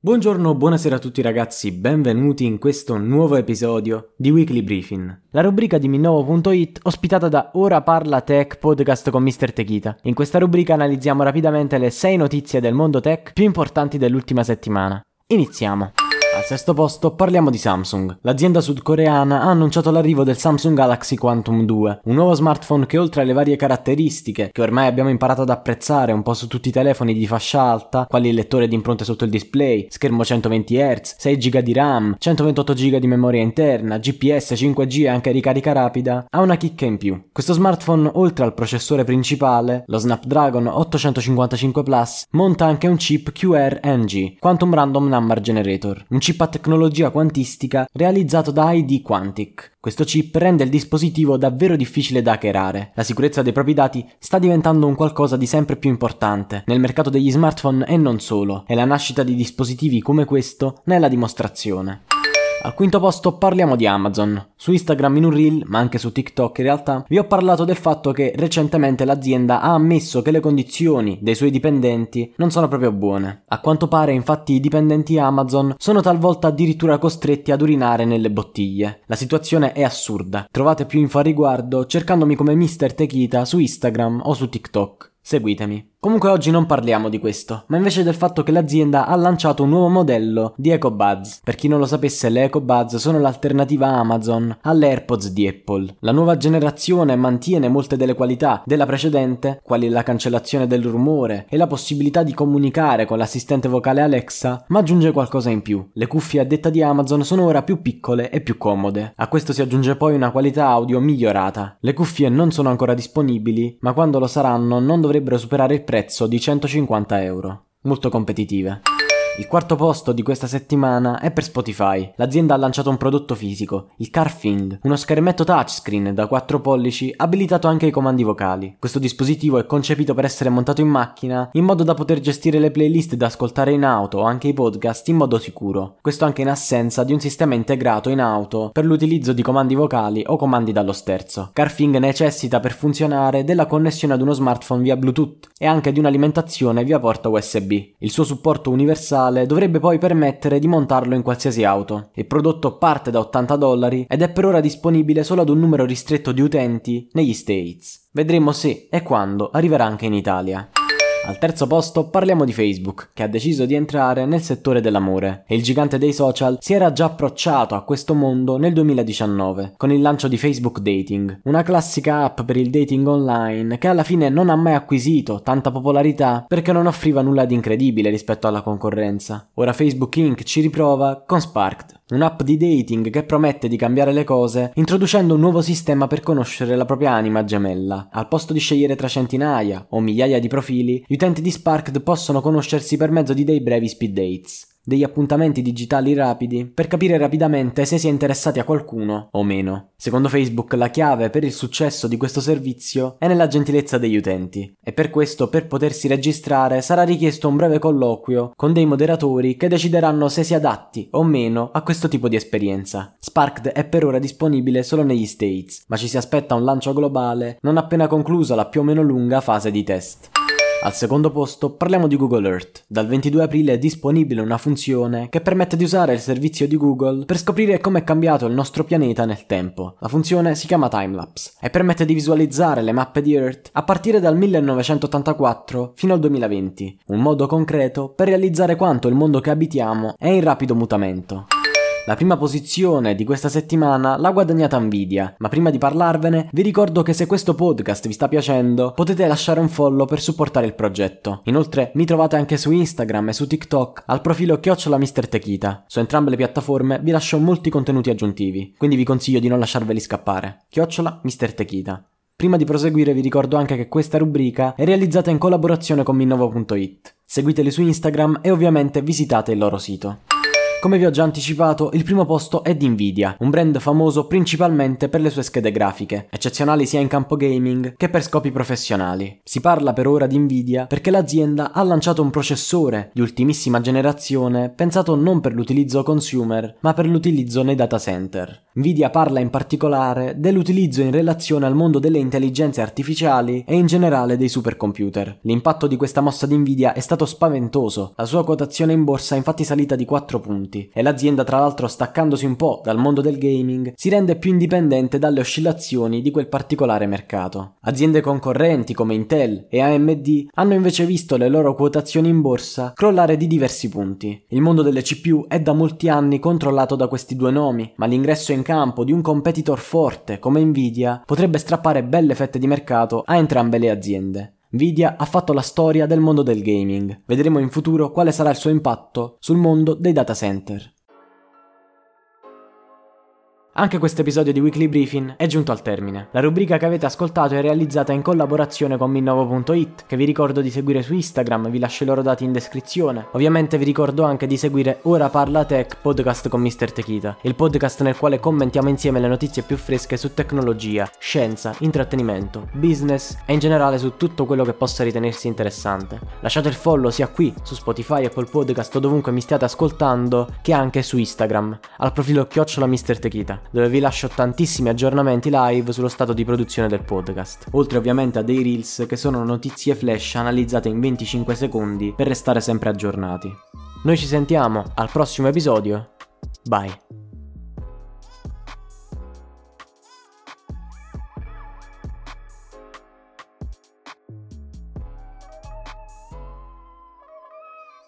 Buongiorno, buonasera a tutti ragazzi, benvenuti in questo nuovo episodio di Weekly Briefing, la rubrica di Minnovo.it ospitata da Ora Parla Tech Podcast con Mr. Techita. In questa rubrica analizziamo rapidamente le 6 notizie del mondo tech più importanti dell'ultima settimana. Iniziamo! Al sesto posto parliamo di Samsung. L'azienda sudcoreana ha annunciato l'arrivo del Samsung Galaxy Quantum 2, un nuovo smartphone che oltre alle varie caratteristiche che ormai abbiamo imparato ad apprezzare un po' su tutti i telefoni di fascia alta, quali il lettore di impronte sotto il display, schermo 120 Hz, 6 GB di RAM, 128 GB di memoria interna, GPS, 5G e anche ricarica rapida, ha una chicca in più. Questo smartphone, oltre al processore principale, lo Snapdragon 855 Plus, monta anche un chip QRNG, Quantum Random Number Generator, un chip a tecnologia quantistica realizzato da ID Quantic. Questo chip rende il dispositivo davvero difficile da hackerare. La sicurezza dei propri dati sta diventando un qualcosa di sempre più importante nel mercato degli smartphone e non solo, e la nascita di dispositivi come questo ne è la dimostrazione. Al quinto posto parliamo di Amazon. Su Instagram in un reel, ma anche su TikTok in realtà, vi ho parlato del fatto che recentemente l'azienda ha ammesso che le condizioni dei suoi dipendenti non sono proprio buone. A quanto pare infatti i dipendenti Amazon sono talvolta addirittura costretti ad urinare nelle bottiglie. La situazione è assurda. Trovate più info a riguardo cercandomi come Mr. Techita su Instagram o su TikTok. Seguitemi. Comunque oggi non parliamo di questo, ma invece del fatto che l'azienda ha lanciato un nuovo modello di EcoBuds. Per chi non lo sapesse, le EcoBuds sono l'alternativa Amazon alle AirPods di Apple. La nuova generazione mantiene molte delle qualità della precedente, quali la cancellazione del rumore e la possibilità di comunicare con l'assistente vocale Alexa, ma aggiunge qualcosa in più. Le cuffie a detta di Amazon sono ora più piccole e più comode. A questo si aggiunge poi una qualità audio migliorata. Le cuffie non sono ancora disponibili, ma quando lo saranno non dovrebbero superare il prezzo di 150 euro. Molto competitive. Il quarto posto di questa settimana è per Spotify. L'azienda ha lanciato un prodotto fisico, il CarThing, uno schermetto touchscreen da 4 pollici abilitato anche ai comandi vocali. Questo dispositivo è concepito per essere montato in macchina in modo da poter gestire le playlist da ascoltare in auto o anche i podcast in modo sicuro. Questo anche in assenza di un sistema integrato in auto per l'utilizzo di comandi vocali o comandi dallo sterzo. CarThing necessita per funzionare della connessione ad uno smartphone via Bluetooth e anche di un'alimentazione via porta USB. Il suo supporto universale dovrebbe poi permettere di montarlo in qualsiasi auto. Il prodotto parte da $80 ed è per ora disponibile solo ad un numero ristretto di utenti negli States. Vedremo se e quando arriverà anche in Italia. Al terzo posto parliamo di Facebook, che ha deciso di entrare nel settore dell'amore, e il gigante dei social si era già approcciato a questo mondo nel 2019, con il lancio di Facebook Dating, una classica app per il dating online che alla fine non ha mai acquisito tanta popolarità perché non offriva nulla di incredibile rispetto alla concorrenza. Ora Facebook Inc. ci riprova con Sparked, un'app di dating che promette di cambiare le cose introducendo un nuovo sistema per conoscere la propria anima gemella. Al posto di scegliere tra centinaia o migliaia di profili, gli utenti di Sparked possono conoscersi per mezzo di dei brevi speed dates, degli appuntamenti digitali rapidi per capire rapidamente se si è interessati a qualcuno o meno. Secondo Facebook la chiave per il successo di questo servizio è nella gentilezza degli utenti e per questo per potersi registrare sarà richiesto un breve colloquio con dei moderatori che decideranno se si adatti o meno a questo tipo di esperienza. Sparked è per ora disponibile solo negli States, ma ci si aspetta un lancio globale non appena conclusa la più o meno lunga fase di test. Al secondo posto parliamo di Google Earth. Dal 22 aprile è disponibile una funzione che permette di usare il servizio di Google per scoprire come è cambiato il nostro pianeta nel tempo. La funzione si chiama Timelapse e permette di visualizzare le mappe di Earth a partire dal 1984 fino al 2020, un modo concreto per realizzare quanto il mondo che abitiamo è in rapido mutamento. La prima posizione di questa settimana l'ha guadagnata Nvidia, ma prima di parlarvene vi ricordo che se questo podcast vi sta piacendo potete lasciare un follow per supportare il progetto. Inoltre mi trovate anche su Instagram e su TikTok al profilo @MrTechita. Su entrambe le piattaforme vi lascio molti contenuti aggiuntivi, quindi vi consiglio di non lasciarveli scappare. @MrTechita. Prima di proseguire vi ricordo anche che questa rubrica è realizzata in collaborazione con Minnovo.it. Seguiteli su Instagram e ovviamente visitate il loro sito. Come vi ho già anticipato, il primo posto è di Nvidia, un brand famoso principalmente per le sue schede grafiche, eccezionali sia in campo gaming che per scopi professionali. Si parla per ora di Nvidia perché l'azienda ha lanciato un processore di ultimissima generazione pensato non per l'utilizzo consumer, ma per l'utilizzo nei data center. Nvidia parla in particolare dell'utilizzo in relazione al mondo delle intelligenze artificiali e in generale dei supercomputer. L'impatto di questa mossa di Nvidia è stato spaventoso, la sua quotazione in borsa è infatti salita di 4 punti. E l'azienda, tra l'altro, staccandosi un po' dal mondo del gaming, si rende più indipendente dalle oscillazioni di quel particolare mercato. Aziende concorrenti come Intel e AMD hanno invece visto le loro quotazioni in borsa crollare di diversi punti. Il mondo delle CPU è da molti anni controllato da questi due nomi, ma l'ingresso in campo di un competitor forte come Nvidia potrebbe strappare belle fette di mercato a entrambe le aziende. Nvidia ha fatto la storia del mondo del gaming. Vedremo in futuro quale sarà il suo impatto sul mondo dei data center. Anche questo episodio di Weekly Briefing è giunto al termine. La rubrica che avete ascoltato è realizzata in collaborazione con Minnovo.it, che vi ricordo di seguire su Instagram, vi lascio i loro dati in descrizione. Ovviamente vi ricordo anche di seguire Ora Parla Tech Podcast con Mr. Techita, il podcast nel quale commentiamo insieme le notizie più fresche su tecnologia, scienza, intrattenimento, business e in generale su tutto quello che possa ritenersi interessante. Lasciate il follow sia qui, su Spotify, Apple Podcast o dovunque mi stiate ascoltando, che anche su Instagram, al profilo @Mr. Techita, dove vi lascio tantissimi aggiornamenti live sullo stato di produzione del podcast, oltre ovviamente a dei reels che sono notizie flash analizzate in 25 secondi per restare sempre aggiornati. Noi ci sentiamo al prossimo episodio, bye!